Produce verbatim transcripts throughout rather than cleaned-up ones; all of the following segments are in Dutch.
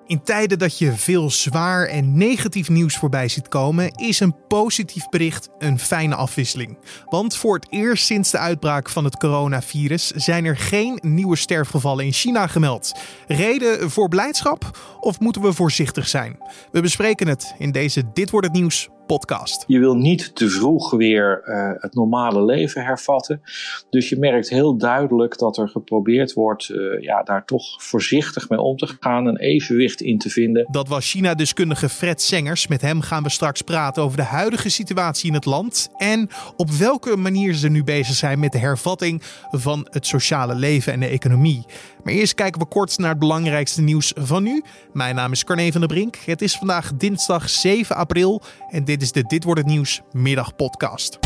In tijden dat je veel zwaar en negatief nieuws voorbij ziet komen, is een positief bericht een fijne afwisseling. Want voor het eerst sinds de uitbraak van het coronavirus zijn er geen nieuwe sterfgevallen in China gemeld. Reden voor blijdschap of moeten we voorzichtig zijn? We bespreken het in deze Dit Wordt Het Nieuws podcast. Je wil niet te vroeg weer uh, het normale leven hervatten. Dus je merkt heel duidelijk dat er geprobeerd wordt uh, ja, daar toch voorzichtig mee om te gaan, een evenwicht in te vinden. Dat was China-deskundige Fred Sengers. Met hem gaan we straks praten over de huidige situatie in het land en op welke manier ze nu bezig zijn met de hervatting van het sociale leven en de economie. Maar eerst kijken we kort naar het belangrijkste nieuws van nu. Mijn naam is Carne van der Brink. Het is vandaag dinsdag zeven april en dit is de Dit Wordt Het Nieuws middagpodcast.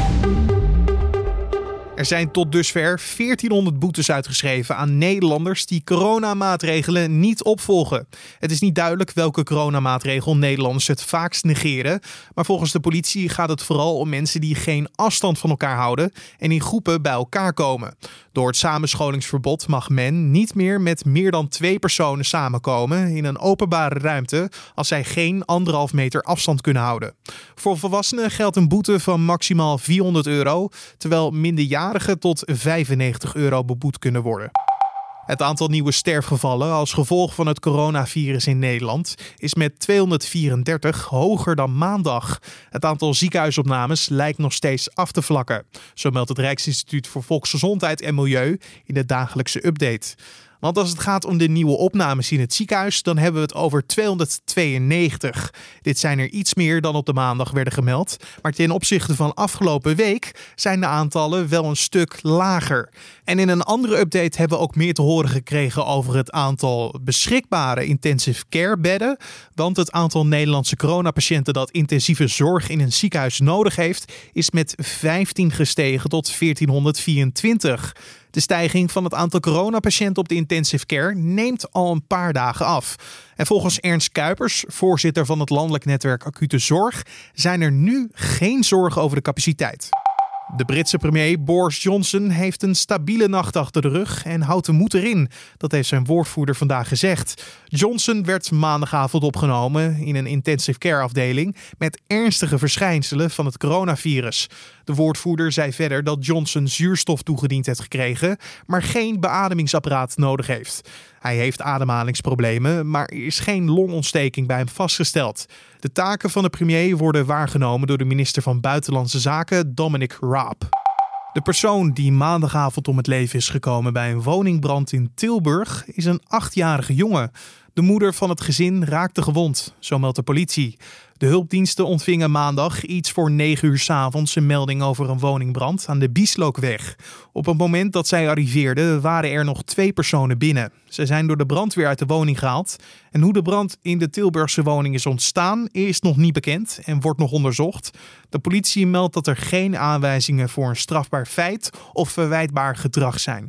Er zijn tot dusver veertienhonderd boetes uitgeschreven aan Nederlanders die coronamaatregelen niet opvolgen. Het is niet duidelijk welke coronamaatregel Nederlanders het vaakst negeren. Maar volgens de politie gaat het vooral om mensen die geen afstand van elkaar houden en in groepen bij elkaar komen. Door het samenscholingsverbod mag men niet meer met meer dan twee personen samenkomen in een openbare ruimte als zij geen anderhalf meter afstand kunnen houden. Voor volwassenen geldt een boete van maximaal vierhonderd euro, terwijl minderjarigen tot vijfennegentig euro beboet kunnen worden. Het aantal nieuwe sterfgevallen als gevolg van het coronavirus in Nederland is met tweehonderdvierendertig hoger dan maandag. Het aantal ziekenhuisopnames lijkt nog steeds af te vlakken. Zo meldt het Rijksinstituut voor Volksgezondheid en Milieu in de dagelijkse update. Want als het gaat om de nieuwe opnames in het ziekenhuis, dan hebben we het over tweehonderdtweeënnegentig. Dit zijn er iets meer dan op de maandag werden gemeld. Maar ten opzichte van afgelopen week zijn de aantallen wel een stuk lager. En in een andere update hebben we ook meer te horen gekregen over het aantal beschikbare intensive care bedden. Want het aantal Nederlandse coronapatiënten dat intensieve zorg in een ziekenhuis nodig heeft, is met vijftien gestegen tot veertienhonderdvierentwintig. De stijging van het aantal coronapatiënten op de intensive care neemt al een paar dagen af. En volgens Ernst Kuipers, voorzitter van het landelijk netwerk Acute Zorg, zijn er nu geen zorgen over de capaciteit. De Britse premier Boris Johnson heeft een stabiele nacht achter de rug en houdt de moed erin. Dat heeft zijn woordvoerder vandaag gezegd. Johnson werd maandagavond opgenomen in een intensive care afdeling met ernstige verschijnselen van het coronavirus. De woordvoerder zei verder dat Johnson zuurstof toegediend heeft gekregen, maar geen beademingsapparaat nodig heeft. Hij heeft ademhalingsproblemen, maar er is geen longontsteking bij hem vastgesteld. De taken van de premier worden waargenomen door de minister van Buitenlandse Zaken, Dominic Raab. De persoon die maandagavond om het leven is gekomen bij een woningbrand in Tilburg is een achtjarige jongen. De moeder van het gezin raakte gewond, zo meldt de politie. De hulpdiensten ontvingen maandag iets voor negen uur 's avonds een melding over een woningbrand aan de Bieslokweg. Op het moment dat zij arriveerden waren er nog twee personen binnen. Ze zijn door de brandweer uit de woning gehaald. En hoe de brand in de Tilburgse woning is ontstaan is nog niet bekend en wordt nog onderzocht. De politie meldt dat er geen aanwijzingen voor een strafbaar feit of verwijtbaar gedrag zijn.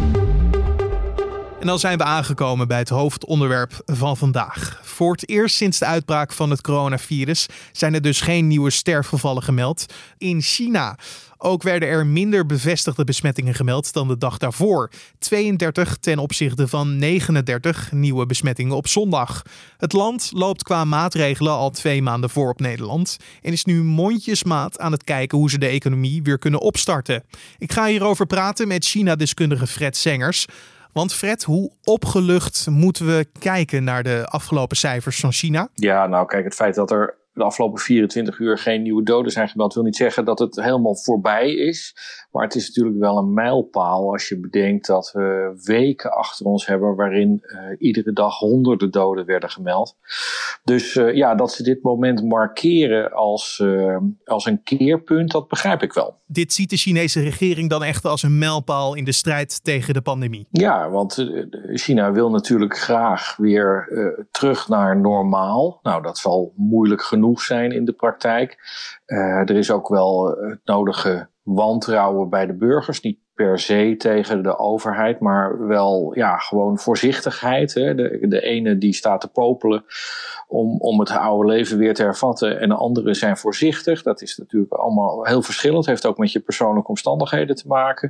En dan zijn we aangekomen bij het hoofdonderwerp van vandaag. Voor het eerst sinds de uitbraak van het coronavirus zijn er dus geen nieuwe sterfgevallen gemeld in China. Ook werden er minder bevestigde besmettingen gemeld dan de dag daarvoor. tweeëndertig ten opzichte van negenendertig nieuwe besmettingen op zondag. Het land loopt qua maatregelen al twee maanden voor op Nederland en is nu mondjesmaat aan het kijken hoe ze de economie weer kunnen opstarten. Ik ga hierover praten met China-deskundige Fred Sengers. Want Fred, hoe opgelucht moeten we kijken naar de afgelopen cijfers van China? Ja, nou kijk, het feit dat er de afgelopen vierentwintig uur geen nieuwe doden zijn gemeld wil niet zeggen dat het helemaal voorbij is. Maar het is natuurlijk wel een mijlpaal als je bedenkt dat we weken achter ons hebben waarin uh, iedere dag honderden doden werden gemeld. Dus uh, ja, dat ze dit moment markeren als, uh, als een keerpunt, dat begrijp ik wel. Dit ziet de Chinese regering dan echt als een mijlpaal in de strijd tegen de pandemie? Ja, want uh, China wil natuurlijk graag weer uh, terug naar normaal. Nou, dat zal moeilijk genoeg zijn in de praktijk. Uh, er is ook wel het nodige wantrouwen bij de burgers. Niet per se tegen de overheid, maar wel ja, gewoon voorzichtigheid. Hè. De, de ene die staat te popelen om, om het oude leven weer te hervatten en de anderen zijn voorzichtig. Dat is natuurlijk allemaal heel verschillend. Heeft ook met je persoonlijke omstandigheden te maken.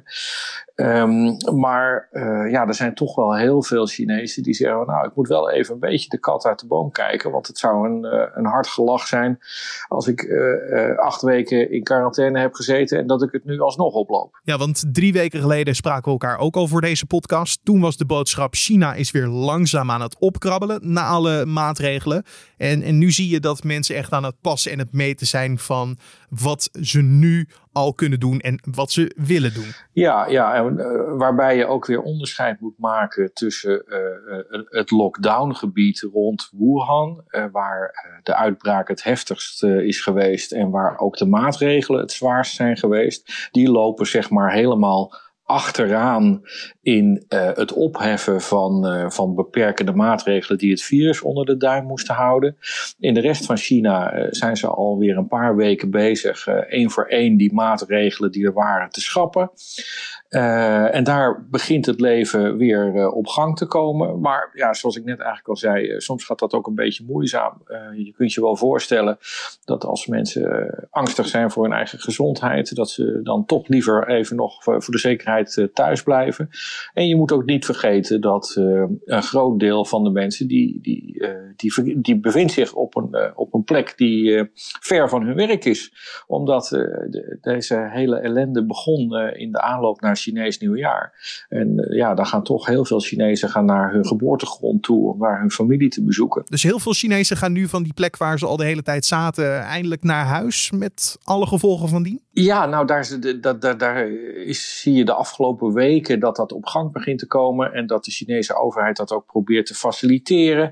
Um, maar uh, ja, er zijn toch wel heel veel Chinezen die zeggen, nou, ik moet wel even een beetje de kat uit de boom kijken, want het zou een, uh, een hard gelach zijn als ik uh, uh, acht weken in quarantaine heb gezeten en dat ik het nu alsnog oploop. Ja, want drie weken geleden spraken we elkaar ook al voor deze podcast. Toen was de boodschap, China is weer langzaam aan het opkrabbelen na alle maatregelen. En, en nu zie je dat mensen echt aan het passen en het meten zijn van wat ze nu al kunnen doen en wat ze willen doen. Ja, ja en, uh, waarbij je ook weer onderscheid moet maken tussen uh, uh, het lockdowngebied rond Wuhan, uh, waar uh, de uitbraak het heftigst uh, is geweest en waar ook de maatregelen het zwaarst zijn geweest. Die lopen zeg maar helemaal achteraan in uh, het opheffen van, uh, van beperkende maatregelen die het virus onder de duim moesten houden. In de rest van China uh, zijn ze alweer een paar weken bezig, uh, één voor één die maatregelen die er waren te schrappen. Uh, en daar begint het leven weer uh, op gang te komen. Maar ja, zoals ik net eigenlijk al zei, uh, soms gaat dat ook een beetje moeizaam. Uh, je kunt je wel voorstellen dat als mensen uh, angstig zijn voor hun eigen gezondheid, dat ze dan toch liever even nog voor, voor de zekerheid uh, thuis blijven. En je moet ook niet vergeten dat uh, een groot deel van de mensen die, die, uh, die, die bevindt zich op een, uh, op een plek die uh, ver van hun werk is. Omdat uh, de, deze hele ellende begon uh, in de aanloop naar Chinees nieuwjaar. En uh, ja, dan gaan toch heel veel Chinezen gaan naar hun geboortegrond toe om daar hun familie te bezoeken. Dus heel veel Chinezen gaan nu van die plek waar ze al de hele tijd zaten eindelijk naar huis met alle gevolgen van dien? Ja, nou daar, daar, daar, daar is, zie je de afgelopen weken dat dat op gang begint te komen en dat de Chinese overheid dat ook probeert te faciliteren.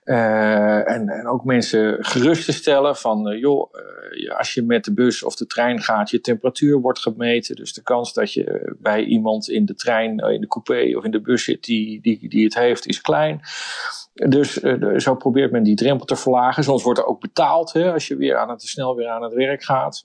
Uh, en, en ook mensen gerust te stellen van uh, joh, uh, als je met de bus of de trein gaat, je temperatuur wordt gemeten. Dus de kans dat je bij iemand in de trein, in de coupé of in de bus zit die, die, die het heeft, is klein. Dus uh, zo probeert men die drempel te verlagen. Soms wordt er ook betaald hè, als je weer aan het, snel weer aan het werk gaat.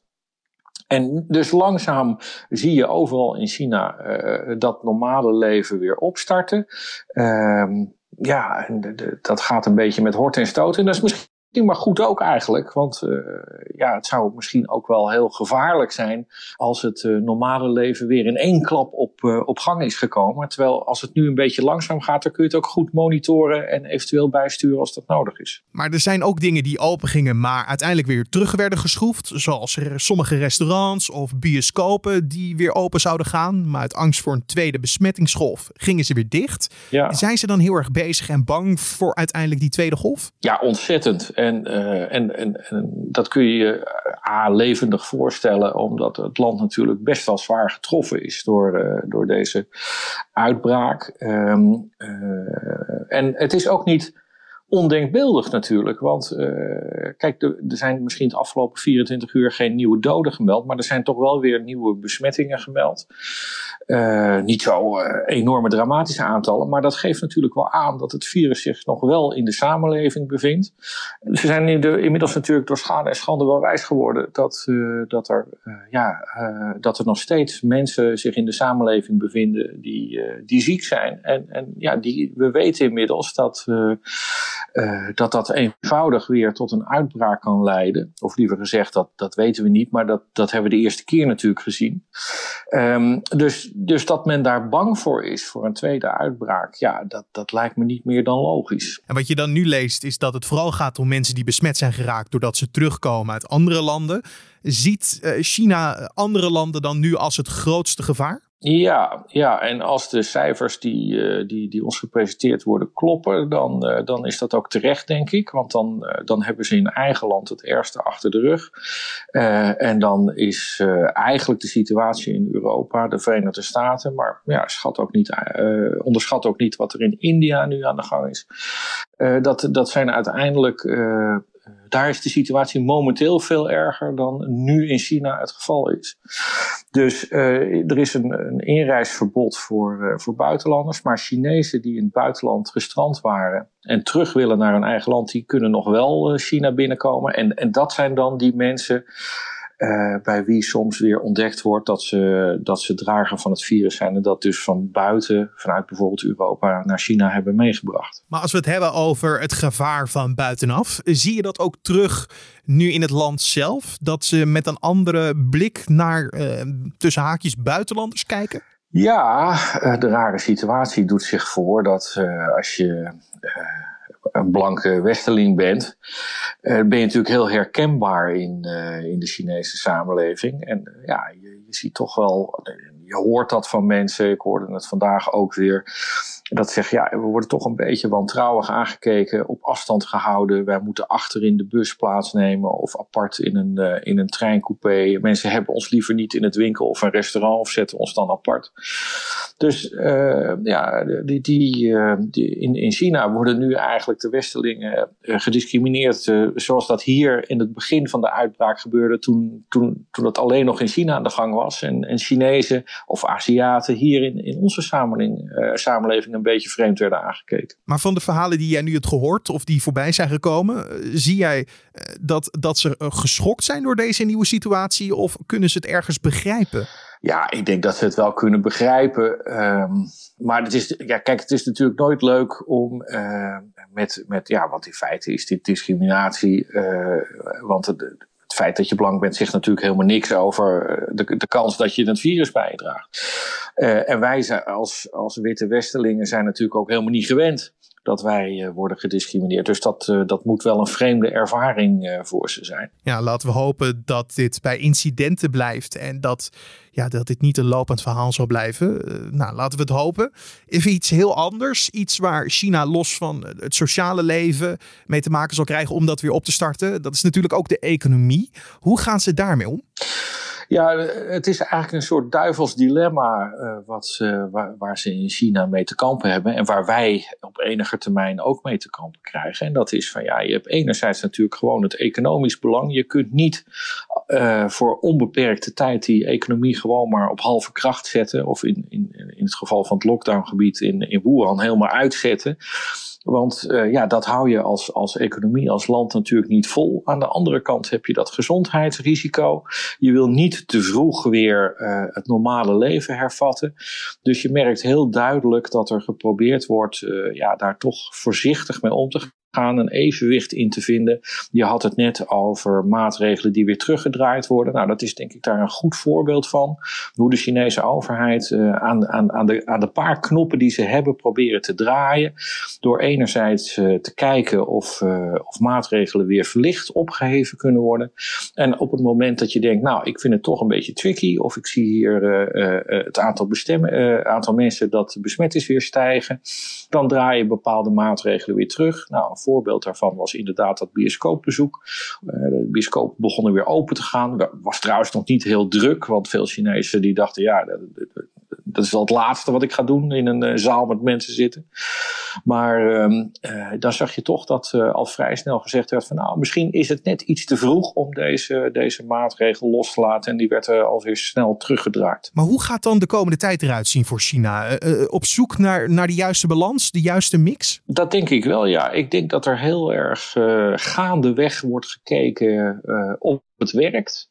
En dus langzaam zie je overal in China uh, dat normale leven weer opstarten. Uh, ja, en de, de, dat gaat een beetje met hort en stoot. En dat is misschien maar goed ook eigenlijk. Want uh, ja, het zou misschien ook wel heel gevaarlijk zijn als het uh, normale leven weer in één klap op, uh, op gang is gekomen. Terwijl als het nu een beetje langzaam gaat, dan kun je het ook goed monitoren en eventueel bijsturen als dat nodig is. Maar er zijn ook dingen die open gingen, maar uiteindelijk weer terug werden geschroefd. Zoals er sommige restaurants of bioscopen die weer open zouden gaan. Maar uit angst voor een tweede besmettingsgolf gingen ze weer dicht. Ja. Zijn ze dan heel erg bezig en bang voor uiteindelijk die tweede golf? Ja, ontzettend. En, uh, en, en, en dat kun je je uh, levendig voorstellen, omdat het land natuurlijk best wel zwaar getroffen is door, uh, door deze uitbraak. Um, uh, en het is ook niet ondenkbeeldig natuurlijk, want uh, kijk, er zijn misschien de afgelopen vierentwintig uur geen nieuwe doden gemeld, maar er zijn toch wel weer nieuwe besmettingen gemeld. Uh, niet zo uh, enorme dramatische aantallen, maar dat geeft natuurlijk wel aan dat het virus zich nog wel in de samenleving bevindt. Ze zijn in de, inmiddels natuurlijk door schade en schande wel wijs geworden dat, uh, dat, er, uh, ja, uh, dat er nog steeds mensen zich in de samenleving bevinden die, uh, die ziek zijn. En, en ja, die, we weten inmiddels dat uh, Uh, dat dat eenvoudig weer tot een uitbraak kan leiden. Of liever gezegd, dat, dat weten we niet, maar dat, dat hebben we de eerste keer natuurlijk gezien. Um, dus, dus dat men daar bang voor is, voor een tweede uitbraak, ja, dat, dat lijkt me niet meer dan logisch. En wat je dan nu leest, is dat het vooral gaat om mensen die besmet zijn geraakt doordat ze terugkomen uit andere landen. Ziet uh, China andere landen dan nu als het grootste gevaar? Ja, ja, en als de cijfers die, uh, die, die ons gepresenteerd worden kloppen, dan, uh, dan is dat ook terecht, denk ik. Want dan, uh, dan hebben ze in eigen land het ergste achter de rug. Uh, en dan is uh, eigenlijk de situatie in Europa, de Verenigde Staten, maar ja, schat ook niet, uh, onderschat ook niet wat er in India nu aan de gang is. Uh, dat, dat zijn uiteindelijk... Uh, Daar is de situatie momenteel veel erger dan nu in China het geval is. Dus uh, er is een, een inreisverbod voor, uh, voor buitenlanders. Maar Chinezen die in het buitenland gestrand waren en terug willen naar hun eigen land, die kunnen nog wel uh, China binnenkomen. En, en dat zijn dan die mensen Uh, bij wie soms weer ontdekt wordt dat ze, dat ze drager van het virus zijn en dat dus van buiten, vanuit bijvoorbeeld Europa, naar China hebben meegebracht. Maar als we het hebben over het gevaar van buitenaf, zie je dat ook terug nu in het land zelf? Dat ze met een andere blik naar uh, tussen haakjes buitenlanders kijken? Ja, uh, de rare situatie doet zich voor dat uh, als je uh, een blanke westerling bent, uh, ben je natuurlijk heel herkenbaar in, uh, in de Chinese samenleving. En uh, ja, je, je ziet toch wel, je hoort dat van mensen, ik hoorde het vandaag ook weer, dat zegt, ja, we worden toch een beetje wantrouwig aangekeken, op afstand gehouden. Wij moeten achter in de bus plaatsnemen of apart in een, uh, in een treincoupé. Mensen hebben ons liever niet in het winkel of een restaurant of zetten ons dan apart. Dus uh, ja, die, die, uh, die, in, in China worden nu eigenlijk de westerlingen uh, gediscrimineerd, uh, zoals dat hier in het begin van de uitbraak gebeurde, toen, toen, toen het alleen nog in China aan de gang was. En, en Chinezen of Aziaten hier in, in onze samenleving, uh, samenleving een beetje vreemd werden aangekeken. Maar van de verhalen die jij nu hebt gehoord of die voorbij zijn gekomen, zie jij dat, dat ze geschokt zijn door deze nieuwe situatie of kunnen ze het ergens begrijpen? Ja, ik denk dat ze het wel kunnen begrijpen. Um, maar het is, ja, kijk, het is natuurlijk nooit leuk om uh, met, met, ja, want in feite is dit discriminatie, uh, want het, het feit dat je blank bent zegt natuurlijk helemaal niks over de, de kans dat je het virus bijdraagt. Uh, en wij zijn als, als witte westerlingen zijn natuurlijk ook helemaal niet gewend dat wij uh, worden gediscrimineerd. Dus dat, uh, dat moet wel een vreemde ervaring uh, voor ze zijn. Ja, laten we hopen dat dit bij incidenten blijft en dat, ja, dat dit niet een lopend verhaal zal blijven. Uh, nou, laten we het hopen. Even iets heel anders. Iets waar China los van het sociale leven mee te maken zal krijgen om dat weer op te starten. Dat is natuurlijk ook de economie. Hoe gaan ze daarmee om? Ja, het is eigenlijk een soort duivels dilemma uh, wat ze, waar, waar ze in China mee te kampen hebben. En waar wij op enige termijn ook mee te kampen krijgen. En dat is van ja, je hebt enerzijds natuurlijk gewoon het economisch belang. Je kunt niet uh, voor onbeperkte tijd die economie gewoon maar op halve kracht zetten. Of in, in, in het geval van het lockdowngebied in, in Wuhan helemaal uitzetten. Want uh, ja, dat hou je als, als economie, als land natuurlijk niet vol. Aan de andere kant heb je dat gezondheidsrisico. Je wil niet te vroeg weer uh, het normale leven hervatten. Dus je merkt heel duidelijk dat er geprobeerd wordt uh, ja, daar toch voorzichtig mee om te gaan. gaan een evenwicht in te vinden. Je had het net over maatregelen die weer teruggedraaid worden. Nou, dat is denk ik daar een goed voorbeeld van. Hoe de Chinese overheid uh, aan, aan, aan, de, aan de paar knoppen die ze hebben proberen te draaien. Door enerzijds uh, te kijken of, uh, of maatregelen weer verlicht opgeheven kunnen worden. En op het moment dat je denkt, nou, ik vind het toch een beetje tricky. Of ik zie hier uh, uh, het aantal, bestemmen, uh, aantal mensen dat besmet is weer stijgen. Dan draai je bepaalde maatregelen weer terug. Nou, een voorbeeld daarvan was inderdaad dat bioscoopbezoek. Uh, de bioscoop begonnen weer open te gaan. Was trouwens nog niet heel druk, want veel Chinezen die dachten, ja, dat, dat, dat is al het laatste wat ik ga doen, in een uh, zaal met mensen zitten. Maar um, uh, dan zag je toch dat uh, al vrij snel gezegd werd van, nou, misschien is het net iets te vroeg om deze, deze maatregel los te laten. En die werd uh, alweer snel teruggedraaid. Maar hoe gaat dan de komende tijd eruit zien voor China? Uh, uh, op zoek naar, naar de juiste balans, de juiste mix? Dat denk ik wel, ja. Ik denk dat er heel erg uh, gaandeweg wordt gekeken uh, of het werkt.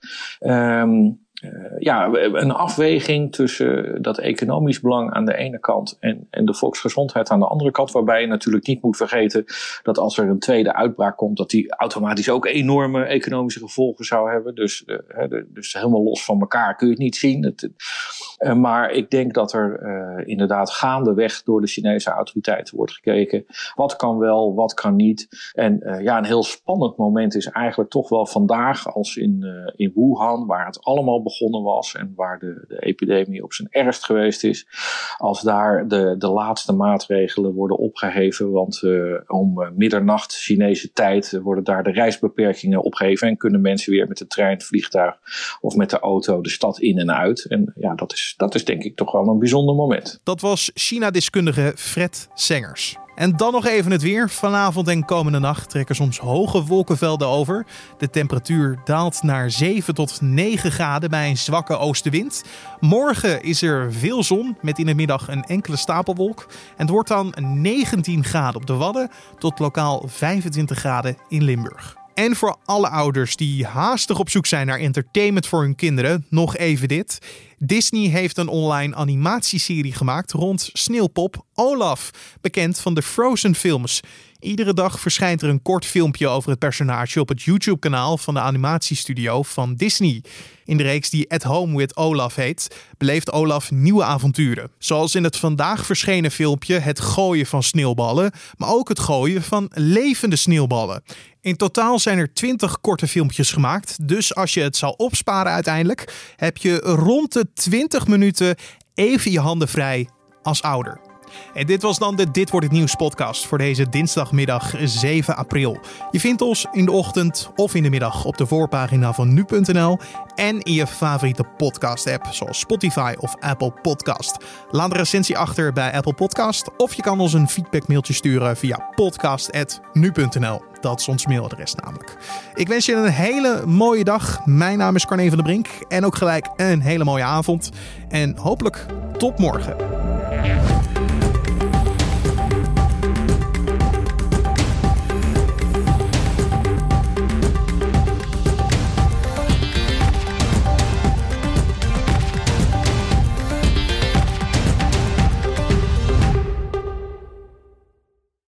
Um, Uh, ja, een afweging tussen dat economisch belang aan de ene kant en, en de volksgezondheid aan de andere kant. Waarbij je natuurlijk niet moet vergeten dat als er een tweede uitbraak komt, dat die automatisch ook enorme economische gevolgen zou hebben. Dus, uh, de, dus helemaal los van elkaar kun je het niet zien. Het, uh, maar ik denk dat er uh, inderdaad gaandeweg door de Chinese autoriteiten wordt gekeken. Wat kan wel, wat kan niet. En uh, ja, een heel spannend moment is eigenlijk toch wel vandaag als in, uh, in Wuhan, waar het allemaal begon. begonnen was en waar de, de epidemie op zijn ergst geweest is. Als daar de, de laatste maatregelen worden opgeheven, want uh, om uh, middernacht Chinese tijd worden daar de reisbeperkingen opgeheven en kunnen mensen weer met de trein, het vliegtuig of met de auto de stad in en uit. En ja, dat is, dat is denk ik toch wel een bijzonder moment. Dat was China-deskundige Fred Sengers. En dan nog even het weer. Vanavond en komende nacht trekken soms hoge wolkenvelden over. De temperatuur daalt naar zeven tot negen graden bij een zwakke oostenwind. Morgen is er veel zon met in de middag een enkele stapelwolk. En het wordt dan negentien graden op de Wadden tot lokaal vijfentwintig graden in Limburg. En voor alle ouders die haastig op zoek zijn naar entertainment voor hun kinderen, nog even dit. Disney heeft een online animatieserie gemaakt rond sneeuwpop Olaf, bekend van de Frozen films. Iedere dag verschijnt er een kort filmpje over het personage op het YouTube-kanaal van de animatiestudio van Disney. In de reeks die At Home with Olaf heet, beleeft Olaf nieuwe avonturen. Zoals in het vandaag verschenen filmpje het gooien van sneeuwballen, maar ook het gooien van levende sneeuwballen. In totaal zijn er twintig korte filmpjes gemaakt, dus als je het zou opsparen uiteindelijk, heb je rond de twintig minuten even je handen vrij als ouder. En dit was dan de Dit Wordt Het Nieuws podcast voor deze dinsdagmiddag zeven april. Je vindt ons in de ochtend of in de middag op de voorpagina van nu punt n l en in je favoriete podcast app zoals Spotify of Apple Podcast. Laat een recensie achter bij Apple Podcast of je kan ons een feedbackmailtje sturen via podcast at nu punt n l. Dat is ons mailadres namelijk. Ik wens je een hele mooie dag. Mijn naam is Carne van der Brink en ook gelijk een hele mooie avond. En hopelijk tot morgen.